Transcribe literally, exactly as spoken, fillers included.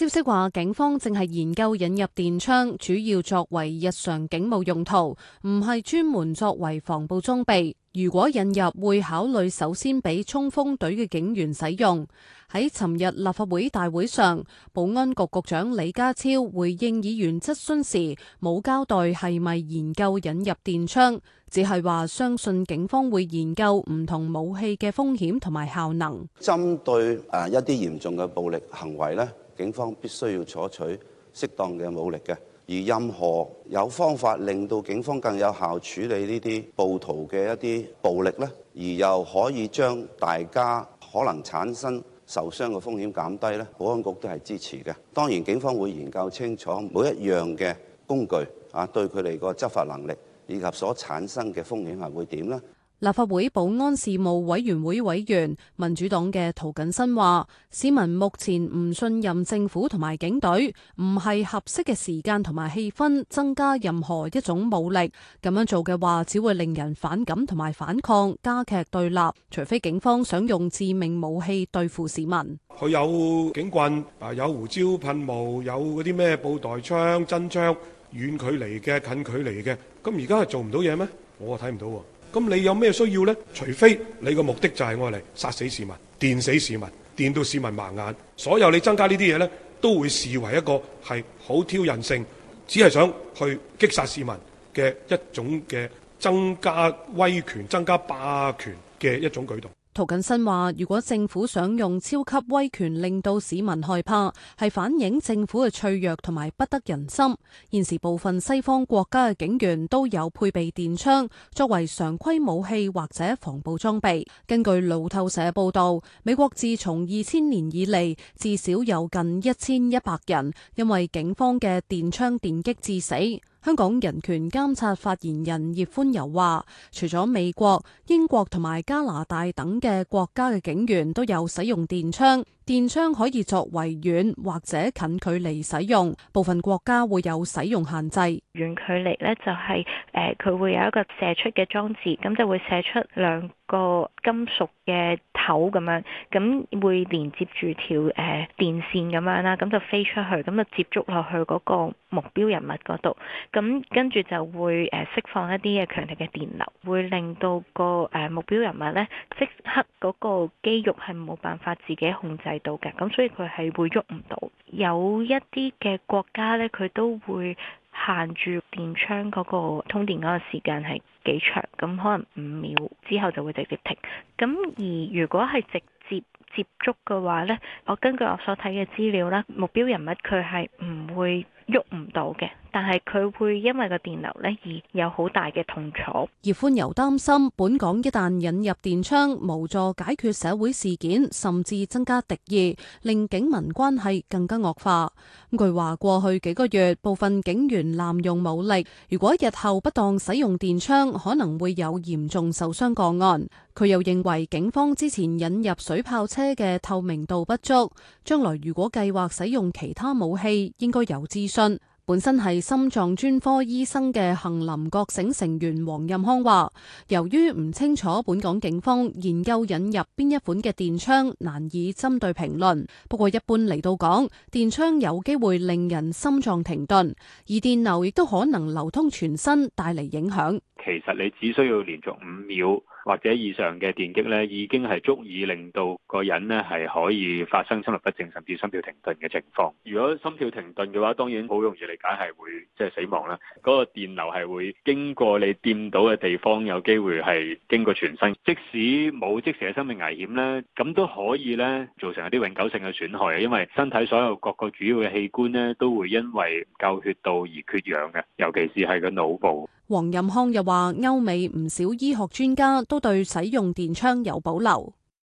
消息話，警方正係研究引入電槍，主要作為日常警務用途，唔係專門作為防暴裝備。如果引入，會考慮首先俾衝鋒隊嘅警員使用。喺尋日立法會大會上，保安局局長李家超回應議員質詢時，冇交代係咪研究引入電槍，只係話相信警方會研究唔同武器嘅風險同埋效能。 針對誒一啲嚴重嘅暴力行為咧，警方必須要採取適當嘅武力嘅。而任何有方法令到警方更有效處理呢啲暴徒嘅一啲暴力咧，而又可以將大家可能產生受傷嘅風險減低咧，保安局都係支持嘅。當然，警方會研究清楚每一樣嘅工具啊，對佢哋個執法能力以及所產生嘅風險係會點咧？ 立法會保安事務委員會委員民主黨嘅涂謹申話，市民目前唔信任政府同埋警隊，唔係合適嘅時間同埋氣氛增加任何一種武力。咁樣做嘅話，只會令人反感同埋反抗，加劇對立。除非警方想用致命武器對付市民。 佢有警棍，啊有胡椒噴霧，有嗰啲咩布袋槍、真槍，遠距離嘅、近距離嘅。咁而家係做唔到嘢咩？我睇唔到喎。咁你有咩需要呢？除非你個目的就係愛嚟殺死市民、電死市民、電到市民盲眼，所有你增加呢啲嘢呢，都會視為一個係好挑釁性，只係想去擊殺市民嘅一種嘅增加威權、增加霸權嘅一種舉動。 涂謹申話，如果政府想用超級威權令到市民害怕，係反映政府嘅脆弱同埋不得人心。現時部分西方國家嘅警員都有配備電槍，作為常規武器或者防暴裝備。根據路透社報道，美國自從二千年以嚟，至少有近一千一百人因為警方嘅電槍電擊致死。香港人權監察發言人葉歡游話，除咗美國、英國同埋加拿大等嘅國家嘅警員都有使用電槍，電槍可以作為遠或者近距離使用，部分國家會有使用限制。 遠距離呢就係誒佢會有一個射出嘅裝置，咁就會射出兩個金屬嘅頭咁樣，咁會連接住條誒電線咁樣啦，咁就飛出去，咁就接觸落去嗰個目標人物嗰度，咁跟住就會誒釋放一啲嘅強力嘅電流，會令到個誒目標人物呢即刻嗰個肌肉係冇辦法自己控制到嘅，咁所以佢係會喐唔到。有一啲嘅國家呢，佢都會限住電槍嗰個通電嗰個時間係幾長，咁可能五秒之後就會直接停。咁而如果係直接接觸嘅話呢，我根據我所睇嘅資料啦，目標人物佢係唔會喐唔到嘅，但係佢會因為個電流呢而有好大嘅痛楚。 葉歡游擔心本港一旦引入電槍，無助解決社會事件，甚至增加敵意，令警民關係更加惡化。佢話過去幾個月，部分警員濫用武力，如果日後不當使用電槍，可能會有嚴重受傷個案。佢又認為警方之前引入水炮車嘅透明度不足，將來如果計劃使用其他武器，應該有諮詢。本身係心臟專科醫生嘅杏林覺醒成員黃任康話，由於唔清楚本港警方研究引入邊一款嘅電槍，難以針對評論。不過一般嚟到講，電槍有機會令人心臟停頓，而電流亦都可能流通全身，帶嚟影響。 其實你只需要連續五秒或者以上嘅電擊咧，已經係足以令到個人呢係可以發生心律不正甚至心跳停頓嘅情況。如果心跳停頓嘅話，當然好容易理解係會即係死亡啦。嗰個電流係會經過你掂到嘅地方，有機會係經過全身。即使冇即時嘅生命危險咧，咁都可以咧造成一啲永久性嘅損害，因為身體所有各個主要嘅器官呢都會因為唔夠血道而缺氧嘅，尤其是係個腦部。 黃任康又話，歐美唔少醫學專家都對使用電槍有保留。